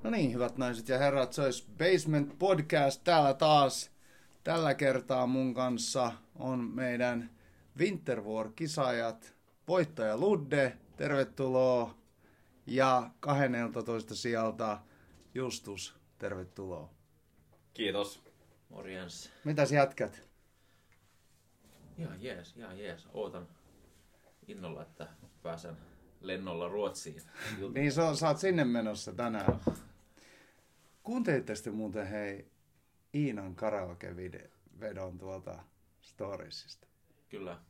No niin, hyvät naiset ja herrat, se olisi Basement Podcast täällä taas. Tällä kertaa mun kanssa on meidän Winter War-kisaajat, voittaja Ludde, tervetuloa, ja 12 sijalta Justus, tervetuloa. Kiitos. Morjens. Mitäs jätkät? Ihan jees. Ootan innolla, että pääsen lennolla Ruotsiin. Niin sä oot sinne menossa tänään. Kuuntelitte sitten muuten hei Iinan karaoke-vedon tuolta Storiesista? Kyllä.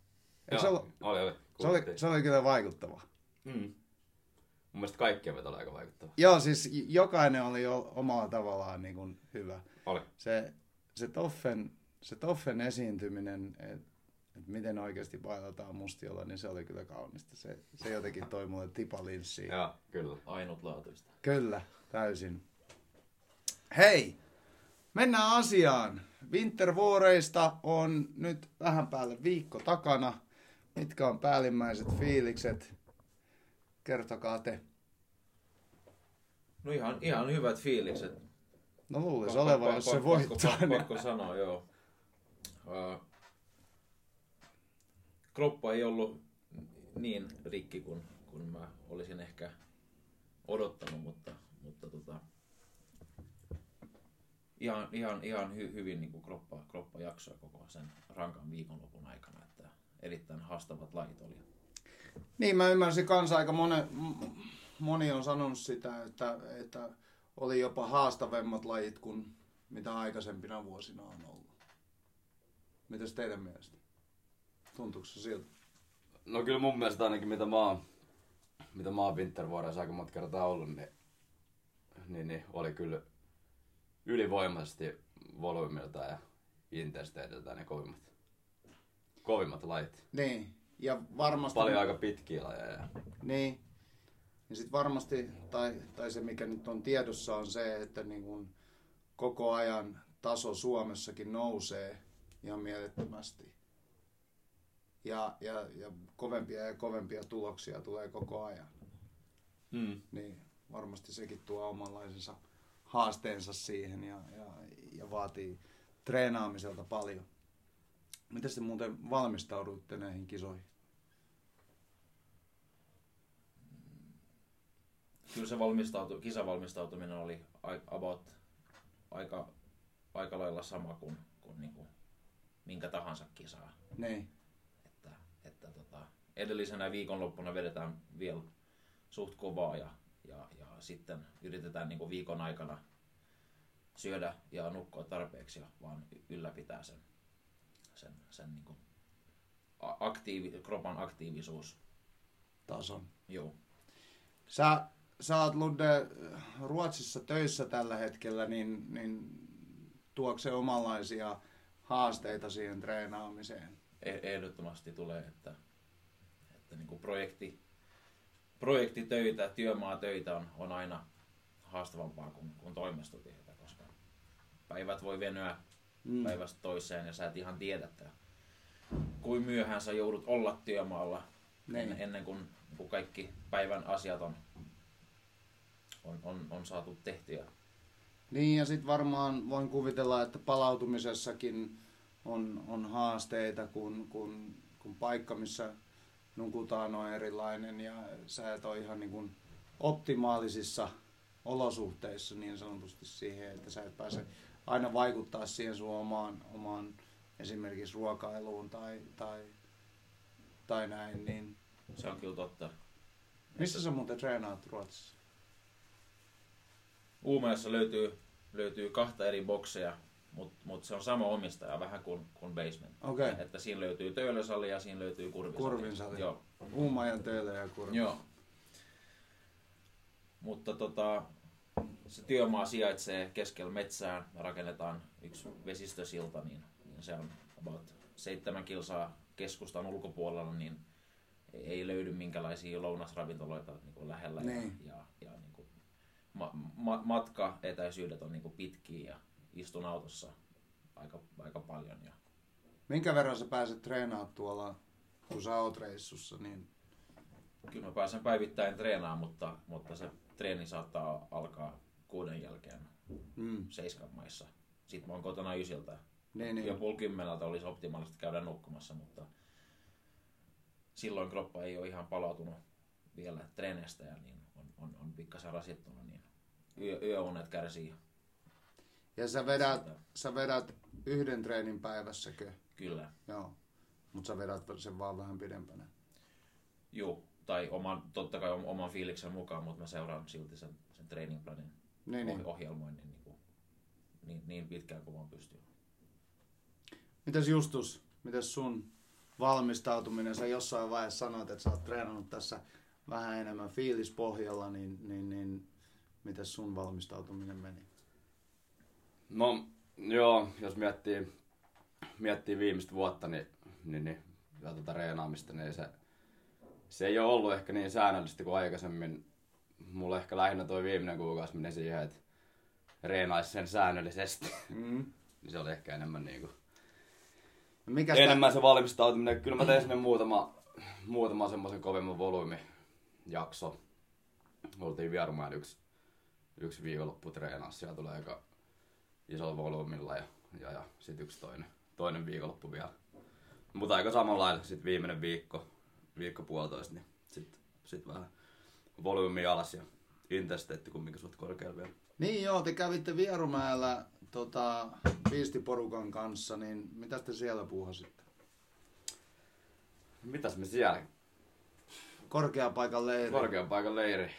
Se oli kyllä vaikuttava. Mun mielestä kaikkien veto oli aika vaikuttava. Joo, siis jokainen oli omalla tavallaan niin kuin hyvä. Oli. Se Toffen esiintyminen, että miten oikeasti bailataan mustiolla, niin se oli kyllä kaunista. Se jotenkin toi mulle tipalinssiin. Joo, kyllä. Ainutlaatuista. Kyllä, täysin. Hei, mennään asiaan. Winter Wareista on nyt vähän päälle viikko takana. Mitkä on päällimmäiset fiilikset? Kertokaa te. No ihan hyvät fiilikset. No luulisi olevan, jos se voittaa. Pakko sanoa, joo. Kroppa ei ollut niin rikki kuin mä olisin ehkä odottanut, mutta ihan hyvin niin kuin kroppa jaksoi koko sen rankan viikonlopun aikana, että erittäin haastavat lajit oli. Niin, mä ymmärsin kanssa aika moni on sanonut sitä, että oli jopa haastavemmat lajit kuin mitä aikaisempina vuosina on ollut. Mitäs teidän mielestä? Tuntuuko se siltä? No kyllä mun mielestä ainakin mitä mä oon Winter Warissa aika monta kertaa ollut, niin oli kyllä ylivoimaisesti volyymilta ja intensiteetiltä ne kovimmat lajit. Niin, ja varmasti... Paljon aika pitkiä lajeja. Niin, ja sitten varmasti, tai se mikä nyt on tiedossa on se, että niin kun koko ajan taso Suomessakin nousee ihan mielettömästi. Ja kovempia ja kovempia tuloksia tulee koko ajan. Niin varmasti sekin tuo omanlaisensa haasteensa siihen ja vaatii treenaamiselta paljon. Miten te muuten valmistauduitte näihin kisoihin? Kyllä se kisavalmistautuminen oli aika lailla sama kuin niinku minkä tahansa kisaa. Niin. Että edellisenä viikonloppuna vedetään vielä suht kovaa ja sitten yritetään niinku viikon aikana syödä ja nukkua tarpeeksi ja vaan ylläpitää sen niinku kropan aktiivisuus. Tason. Joo. Sä oot Ludde Ruotsissa töissä tällä hetkellä, niin tuoko se omanlaisia haasteita siihen treenaamiseen? Ehdottomasti tulee, että niinku projektitöitä, työmaatöitä on aina haastavampaa kuin toimistotyötä, koska päivät voi venyä päivästä toiseen ja sä et ihan tiedäkään, kuin myöhään sä joudut olla työmaalla ennen kuin kaikki päivän asiat on saatu tehtyä. Niin, ja sitten varmaan voin kuvitella, että palautumisessakin on haasteita, kun paikka, missä nukutaan, on erilainen ja sä et ole ihan niin kuin optimaalisissa olosuhteissa niin sanotusti siihen, että sä et pääse aina vaikuttaa siihen sun omaan esimerkiksi ruokailuun tai näin. Niin. Se on kyllä totta. Missä sä muuten treenaat Ruotsissa? Uumajalassa löytyy 2 eri bokseja, mutta se on sama omistaja vähän kuin Basement. Okay. Että siinä löytyy Töölösali ja siinä löytyy Kurvinsali. Joo. Uumajan Töölö ja Kurvi. Joo. Mutta se työmaa sijaitsee keskellä metsää. Me rakennetaan yksi vesistösilta, niin se on about 7 kilsaa keskustan ulkopuolella, niin ei löydy minkälaisia lounasravintoloita niin lähellä. Niin. Ja niin kuin matkaetäisyydet on niin kuin pitkiä ja istun autossa aika paljon. Ja minkä verran sä pääset treenaamaan tuolla, kun sä oot reissussa? Niin... Kyllä mä pääsen päivittäin treenaamaan, mutta se treeni saattaa alkaa 6 jälkeen 7 maissa. Sitten mä oon kotona 9. Niin. Ja puoli 10 olisi optimaalista käydä nukkumassa, mutta silloin kroppa ei ole ihan palautunut vielä treeneistä ja niin on pikkasen rasittunut, niin yöunet kärsii. Ja sä vedät 1 treenin päivässäkö? Kyllä. Joo. Mutta sä vedät sen vaan vähän pidempänä. Joo, tai totta kai oman fiiliksen mukaan, mutta mä seuraan silti sen training planin ohjelmoinnin niin pitkään kuin vaan pystyy. Mitäs Justus, mitäs sun valmistautuminen? Sä jossain vaiheessa sanoit, että sä oot treenannut tässä vähän enemmän fiilispohjalla, niin mitäs sun valmistautuminen meni? No joo, jos miettii viimeistä vuotta niin ja reenaamista, niin se ei ole ollut ehkä niin säännöllisesti kuin aikaisemmin. Mulla ehkä lähinnä toi viimeinen kuukausi meni siihen, että reenaisi sen säännöllisesti. Niin se oli ehkä enemmän niinku enemmän se valmistautuminen. Kyllä mä tein sinne muutama semmoisen kovemman volyymijakso. Oltiin Vierumäellä yksi viikonloppu treenaassa. Siellä tulee aika isolla volyymilla ja sit yksi toinen viikonloppu vielä. Mutta aika samalla lailla sit viimeinen viikko puolitoista, niin sit vähän volyymia alas ja intensiteetti kumminkin suht korkealla vielä. Niin joo, te kävitte Vierumäellä Viistiporukan kanssa, niin mitäs te siellä puuhasitte? Mitäs me siellä? Korkeapaikan leiri.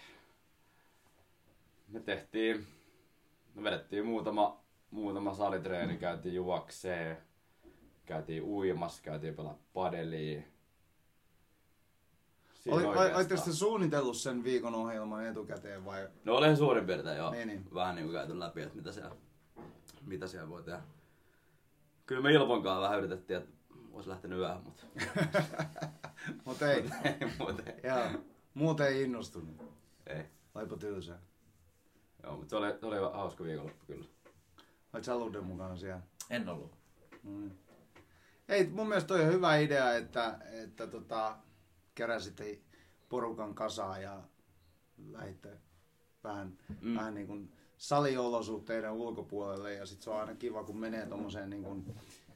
Me vedettiin muutama salitreeni, käytiin juokseen, käytiin uimassa, käytiin pelaa padelia. Oletteko te suunnitellut sen viikon ohjelman etukäteen vai? No olen suurin piirtein joo. Niin. Vähän niin kuin käyty läpi, että mitä siellä voi tehdä. Kyllä me Ilponkaan vähän yritettiin, että olisi lähtenyt yöhön, mutta... Mut ei. Joo. Muuten ei innostunut. Ei. Laipa tylsää. Joo, mutta se oli hauska viikonloppu kyllä. Olit sä Ludden mukana siellä? En ollut. Ei, mun mielestä toi on hyvä idea, että keräsitte porukan kasaan ja lähditte vähän niin kuin saliolosuhteiden ulkopuolelle ja sit se on aina kiva, kun menee tommoseen niin kuin,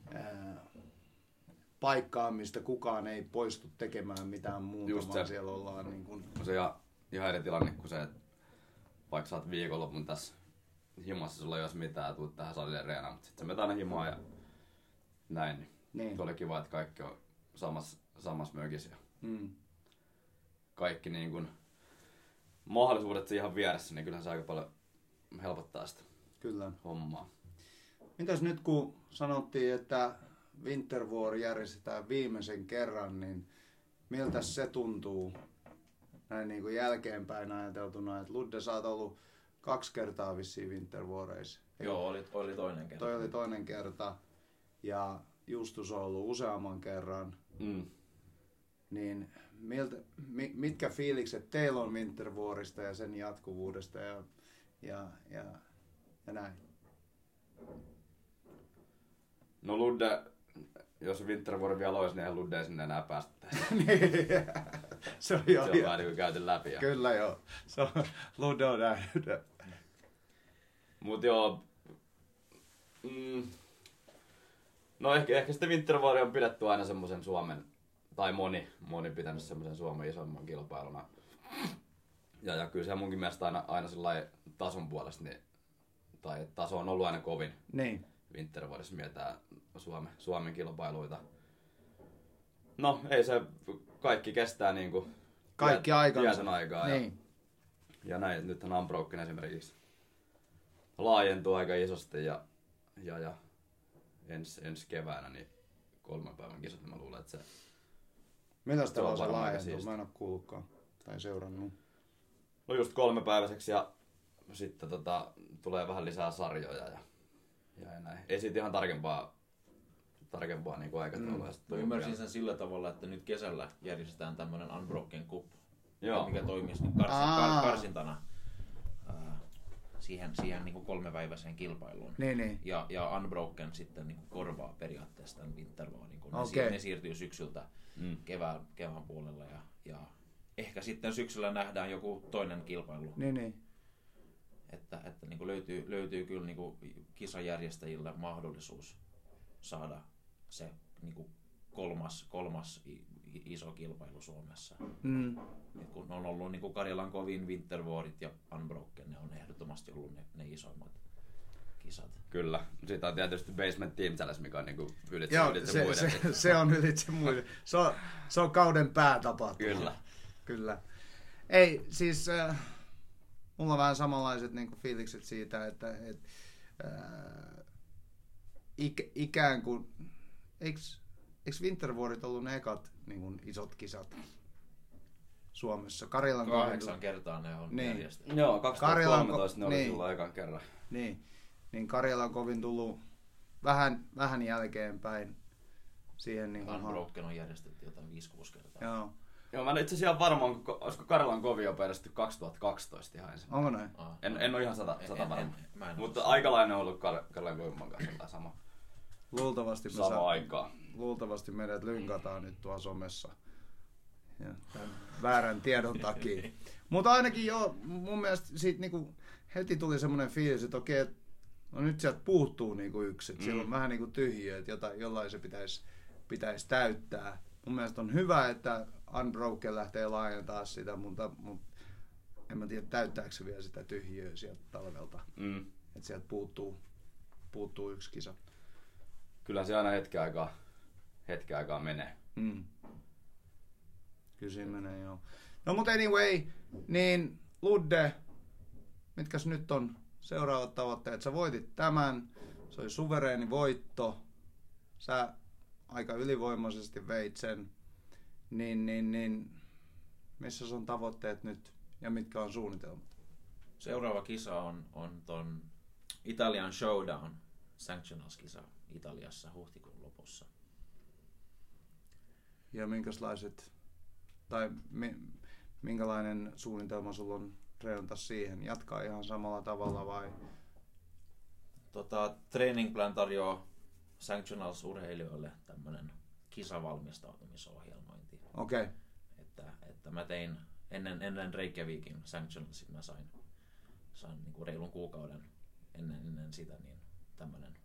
paikkaan, mistä kukaan ei poistu tekemään mitään muuta, vaan siellä ollaan niin kuin... Se on ihan eri tilanne kuin se, että vaikka sä oot viikonlopun tässä himassa, sulla ei olisi mitään, tuut tähän salille reenaan, mutta sit sä menet aina himaan ja näin. Niin. Oli kiva, että kaikki on samassa mökissä ja kaikki niin kuin mahdollisuudet ihan vieressä, niin kyllähän se aika paljon helpottaa sitä hommaa. Mitäs nyt kun sanottiin, että Winter War järjestetään viimeisen kerran, niin miltä se tuntuu näin niin kuin jälkeenpäin ajateltuna, että Ludde sä oot ollut 2 kertaa vissiin Winter Wareissa. Joo, oli toinen kerta. Toi oli toinen kerta ja Justus on ollut useamman kerran. Niin mitkä fiilikset teillä on Winter Warista ja sen jatkuvuudesta ja näin? No Ludde, jos Winter War vielä olisi, niin eihän Ludde ei sinne enää päästä. Se on jo. Se on vähän niin kuin käyty läpi. Kyllä joo. Ludde on nähnyt. Mut joo. No ehkä sitten Winter War on pidetty aina semmoisen Suomen, tai moni pitänyt semmoisen Suomen isomman kilpailuna. Ja kyllä se munkin mielestä aina sellainen tason puolesta, niin, tai taso on ollut aina kovin. Niin. Winter Warissa mietitään Suomen kilpailuita. No ei se, kaikki kestää niinku kaikki aikansa. Aikaa. Niin. Ja näin, nythän Unbroken esimerkiksi laajentuu aika isosti ja ensi keväänä niin 3 päivän kisat, niin mä luulen, että se... Miltä tavalla se laajentuu? Mä en oo kuullutkaan tai seurannut. No just 3-päiväiseksi ja sitten tulee vähän lisää sarjoja ja näin. Ei siitä ihan tarkempaa niin kuin aikataulua. Ymmärsin sen sillä tavalla, että nyt kesällä järjestetään tämmönen Unbroken Cup, mikä toimisi niin karsintana siihen niin kuin 3-päiväiseen kilpailuun. Niin. Ja Unbroken sitten niin kuin korvaa periaatteessa tämän Winter War. Niin ne siirtyy syksyltä kevään puolella ja ehkä sitten syksyllä nähdään joku toinen kilpailu. Niin. Että löytyy kyllä niinku kisajärjestäjille mahdollisuus saada se niinku kolmas iso kilpailu Suomessa. Et kun on ollut niinku Karjalan kovin, Winterwaarit ja Unbroken, ne on ehdottomasti ollut ne isoimmat kisat. Kyllä. Sitten on tietysti Basement Team Challenge, mikä on niinku ylitse muiden. Se on ylitse muiden. Se on kauden päätapahtuma. Kyllä. Ei, siis mulla on vähän samanlaiset niinku fiilikset siitä, että ikään kuin eikö Winterwaarit ollut ne ekat niin isot kisat Suomessa? Karjalan 8 kertaa ne on järjestetty. Joo, 2013 ne oli silloin ekan kerran. Niin Karjalan kovin tullut vähän jälkeenpäin siihen. Niin Unbroken on järjestetty jotain 5-6 kertaa. Joo, mä en itse asiassa varma, olisiko Karjalan kovin jopa järjestetty 2012 ihan ensin. Onko näin? En ole ihan sata varma. Mutta aikalainen on ollut Karjalan kovin kanssa sama. Luultavasti meidät lynkataan nyt tuolla somessa ja väärän tiedon takia. Mutta ainakin joo, mun mielestä siitä niinku heti tuli semmoinen fiilis, että okei, no nyt sieltä puuttuu niinku yksi. Siellä on vähän niinku tyhjiö, että jollain se pitäisi täyttää. Mun mielestä on hyvä, että Unbroken lähtee laajentamaan sitä, mutta en mä tiedä, täyttääkö se vielä sitä tyhjiöä sieltä talvelta. Että sieltä puuttuu yksi kisa. Kyllä se aina hetken aikaa menee. Kyllä siinä menee, joo. No mutta anyway, niin Ludde, mitkäs nyt on seuraavat tavoitteet? Sä voitit tämän, se oli suvereeni voitto. Sä aika ylivoimaisesti veit sen. Niin, missä on tavoitteet nyt ja mitkä on suunnitelmat? Seuraava kisa on ton Italian Showdown Sanctionals-kisa Italiassa huhtikuun lopussa. Ja minkälainen suunnitelma sulla on treenata siihen? Jatkaa ihan samalla tavalla vai? Training Plan tarjoaa Sanctionals-urheilijoille tämmönen kisavalmistautumisohjelmointi. Okei. Että mä tein ennen Reykjavikin Sanctionalsit, mä sain niinku reilun kuukauden ennen sitä niin tämmönen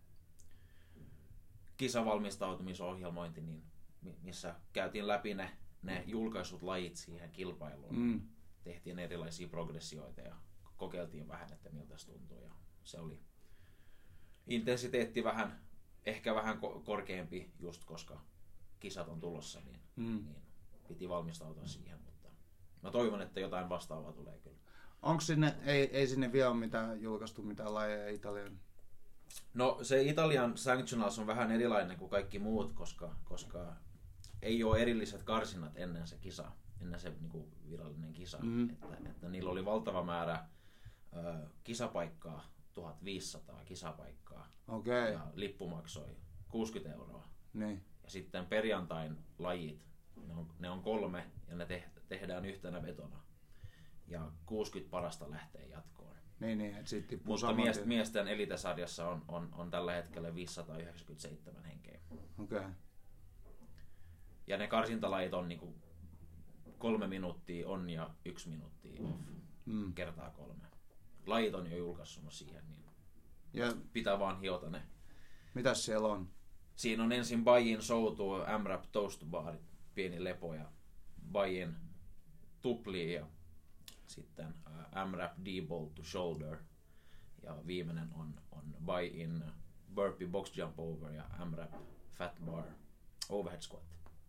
kisavalmistautumisohjelmointi, niin, missä käytiin läpi ne julkaisut lajit siihen kilpailuun. Tehtiin erilaisia progressioita ja kokeiltiin vähän, että miltä se tuntuu. Ja se oli intensiteetti ehkä vähän korkeampi, just koska kisat on tulossa, niin piti valmistautua siihen. Mutta mä toivon, että jotain vastaavaa tulee kyllä. Onko sinne, ei sinne vielä ole julkaistu mitään lajeja Italian? No se Italian Sanctionals on vähän erilainen kuin kaikki muut, koska ei ole erilliset karsinnat ennen se kisa, ennen se niinku virallinen kisa. Että niillä oli valtava määrä kisapaikkaa, 1500 kisapaikkaa. Okay. Ja lippu maksoi 60 €. Niin. Ja sitten perjantain lajit, ne on 3 ja ne tehdään yhtenä vetona. Ja 60 parasta lähtee jatkoon. Niin, että siitä tippuu mutta miesten elitesarjassa on tällä hetkellä 597 henkeä. Okay. Ja ne karsintalajit on niinku 3 minuuttia on ja 1 minuuttia off. Kertaa 3. Lajit on jo julkaissut siihen, niin ja pitää vaan hiota ne. Mitäs siellä on? Siinä on ensin Bayin soutuu, M-Rap Toast Bar, pieni lepo ja Bayin tupli ja sitten M-Rap D-Ball to Shoulder. Ja viimeinen on Bayin Burpee Box Jump Over ja M-Rap Fat Bar Overhead Squat.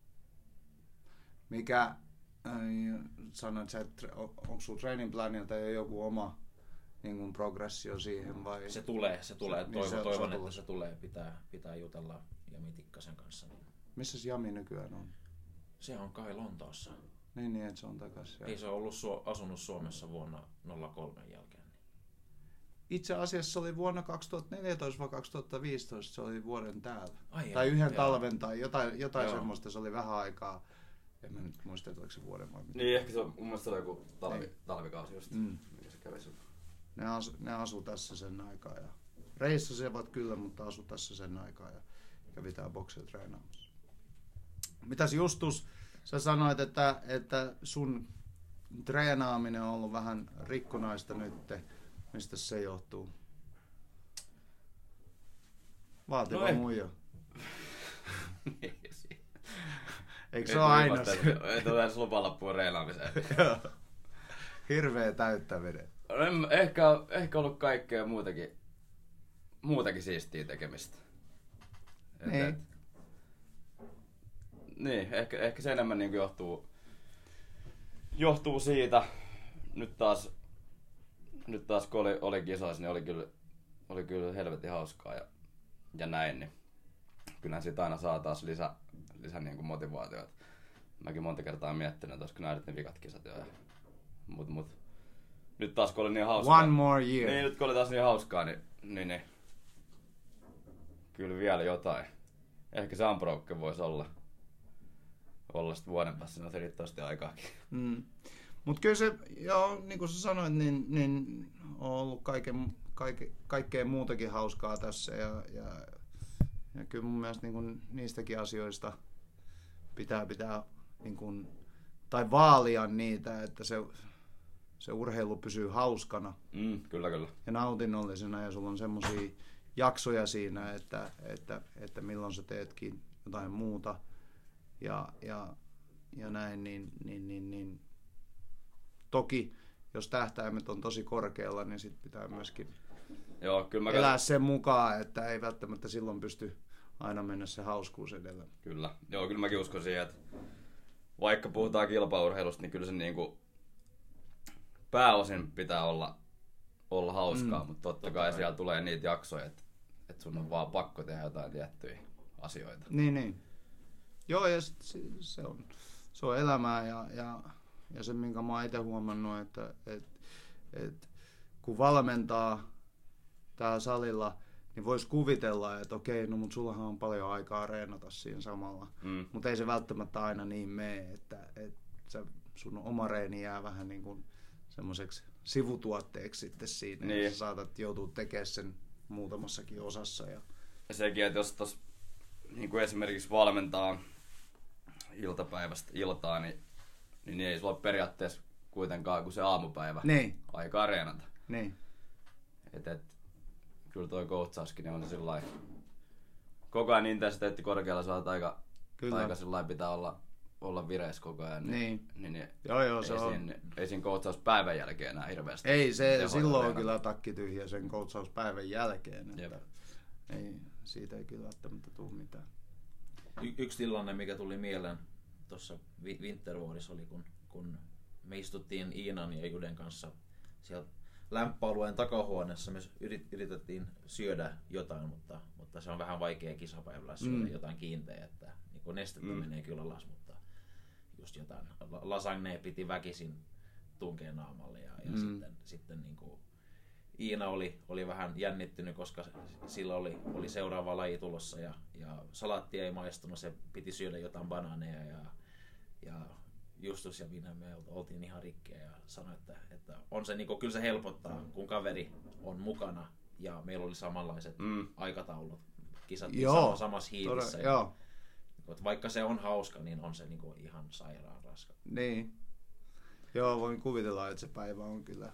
Mikä, sanoit sä, että onko sulla training planilta jo joku oma niin kuin progressio siihen vai? Se tulee. Toivon, että se tulee. Pitää jutella Jami Tikkasen kanssa. Niin. Missäs Jami nykyään on? Se on kai Lontoossa. Niin, että se on takaisin. Ei se ollut asunut Suomessa vuonna 03 jälkeen. Itse asiassa se oli vuonna 2014 vai 2015, se oli vuoden täällä. Tai yhden talven tai jotain semmoista, se oli vähän aikaa. En mä nyt muista, että oliko se vuoden vai mitä. Niin, ehkä se on, mun mielestä se oli joku talvikausi just, mikä se kävi sun. Ne asuu tässä sen aikaa ja reissasivat kyllä, mutta asu tässä sen aikaa ja kävi tää boksia treenaamassa. Mitäs Justus, sä sanoit, että sun treenaaminen on ollut vähän rikkonaista nyt. Mistä se johtuu? Vaativa No muija. Niin, Eikö se ole aina se? Ei tule edes lupalappuun reenaamiseen. Hirveä täyttäminen. No, ehkä ollut kaikkea muutakin siistiä tekemistä. Niin. Niin, ehkä se enemmän niin johtuu siitä. Nyt taas kun oli kisoissa, niin oli kyllä helvetin hauskaa ja näin. Niin kyllähän siitä aina saa taas lisä niin kuin motivaatiota. Mäkin monta kertaa miettinyt, että olisiko nähnyt ne vikat kisat jo. Mut nyt taas kun oli niin hauskaa. One more year. Niin, nyt kun oli taas niin hauskaa, niin kyllä vielä jotain. Ehkä se Unbroken voisi olla sitten vuoden päässä, no riittävästi aikaakin. Mutta kyllä se, joo, niin kuin sä sanoit, niin on ollut kaikkea muutakin hauskaa tässä ja kyllä mun mielestä niin kuin niistäkin asioista pitää niin kuin, tai vaalia niitä, että se urheilu pysyy hauskana. Kyllä. Ja nautinnollisena ja sulla on semmosia jaksoja siinä, että milloin sä teetkin jotain muuta ja näin, niin toki jos tähtäimet on tosi korkealla, niin sit pitää myöskin elää sen mukaan, että ei välttämättä silloin pysty aina mennä se hauskuus edellä. Kyllä. Joo, kyllä mäkin uskon siihen, että vaikka puhutaan kilpaurheilusta, niin kyllä se niinku pääosin pitää olla hauskaa, mutta totta kai siellä tulee niitä jaksoja, että sun on vaan pakko tehdä jotain tiettyjä asioita. Niin. Joo, ja se on elämää ja se, minkä mä oon itse huomannut, että kun valmentaa täällä salilla, niin vois kuvitella, että okei, no mut sullahan on paljon aikaa reenata siinä samalla. Mutta ei se välttämättä aina niin mene, että sun oma reeni jää vähän niin kuin semmoiseksi sivutuotteeksi sitten siinä. Niin. Ja sä saatat joutua tekemään sen muutamassakin osassa. Ja sekin, että jos tos niin kuin esimerkiksi valmentaa iltapäivästä iltaa, niin ei sulla periaatteessa kuitenkaan kuin se aamupäivä aikaa reenata. Niin. Kyllä toi coachauskin niin on sillai koko ajan intensiteetti korkealla, sä oot aika sillai pitää olla vireessä koko ajan. Niin. Joo, se on. Ei siinä coachauspäivän jälkeen enää hirveästi. Ei, se silloin on kyllä takki tyhjä sen coachauspäivän jälkeen. Että siitä ei kyllä välttämättä tule mitään. Yksi tilanne, mikä tuli mieleen tuossa Winterwarissa oli, kun me istuttiin Iinan ja Juden kanssa siellä lämpöalueen takahuoneessa. Me yritettiin syödä jotain, mutta se on vähän vaikea kisapäivällä syödä jotain kiinteää, että niin nestettä menee kyllä alas, mutta just jotain lasagnea piti väkisin tunkea naamalle ja sitten niin kuin Iina oli vähän jännittynyt, koska sillä oli seuraava laji tulossa ja salaattia ei maistunut, se piti syödä jotain banaaneja ja Justus ja minä me oltiin ihan rikkeä ja sanoi, että on se niinku, kyllä se helpottaa, kun kaveri on mukana ja meillä oli samanlaiset aikataulut, kisattiin samassa hiitissä. Vaikka se on hauska, niin on se niinku ihan sairaan raska. Niin. Joo, voin kuvitella, että se päivä on kyllä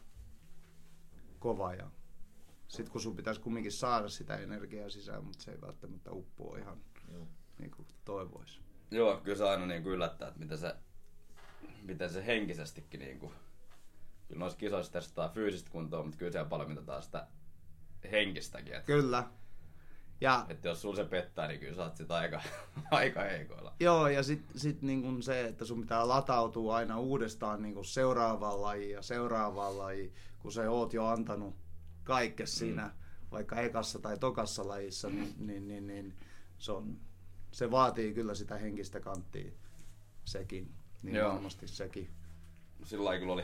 kova ja sit kun sun pitäisi kumminkin saada sitä energiaa sisään, mutta se ei välttämättä uppoa ihan niin kuin toivoisi. Joo, kyllä se aina niin yllättää, että miten se henkisestikin niinku, kyllä noissa kisoissa testataan fyysistä kuntoa, mutta kyllä siellä paljon mitataan sitä henkistäkin. Kyllä. Ja että jos sulla se pettää, niin kyllä sä oot sit aika heikoilla. Joo, ja sit niin se, että sun pitää latautua aina uudestaan niin seuraavaan lajiin, kun sä oot jo antanut kaikkes siinä, vaikka ekassa tai tokassa lajissa, niin se vaatii kyllä sitä henkistä kanttia sekin. Niin varmasti sekin. Sillä lailla kyllä oli.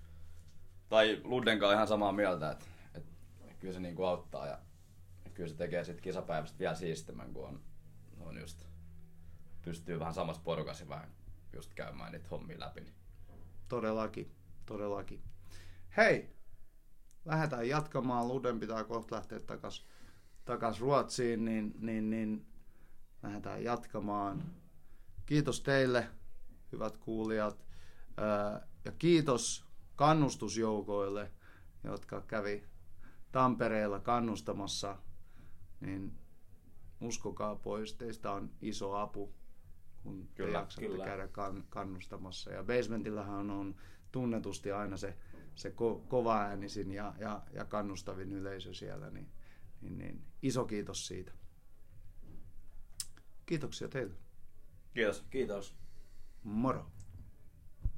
Tai Luddenkaan ihan samaa mieltä, että kyllä se niinku auttaa ja kyllä se tekee sit kisapäivästä vielä siistimän, kun on just pystyy vähän samassa porukassa vähän just käymään niitä hommia läpi. Todellakin. Hei! Lähdetään jatkamaan. Luden pitää kohta lähteä takas Ruotsiin, niin lähdetään jatkamaan. Kiitos teille, hyvät kuulijat, ja kiitos kannustusjoukoille, jotka kävi Tampereella kannustamassa, niin uskokaa pois, teistä on iso apu, kun te jaksatte käydä kannustamassa. Ja Basementillähän on tunnetusti aina se kova äänisin ja kannustavin yleisö siellä, niin iso kiitos siitä. Kiitoksia teille. Kiitos. Kiitos. Moro.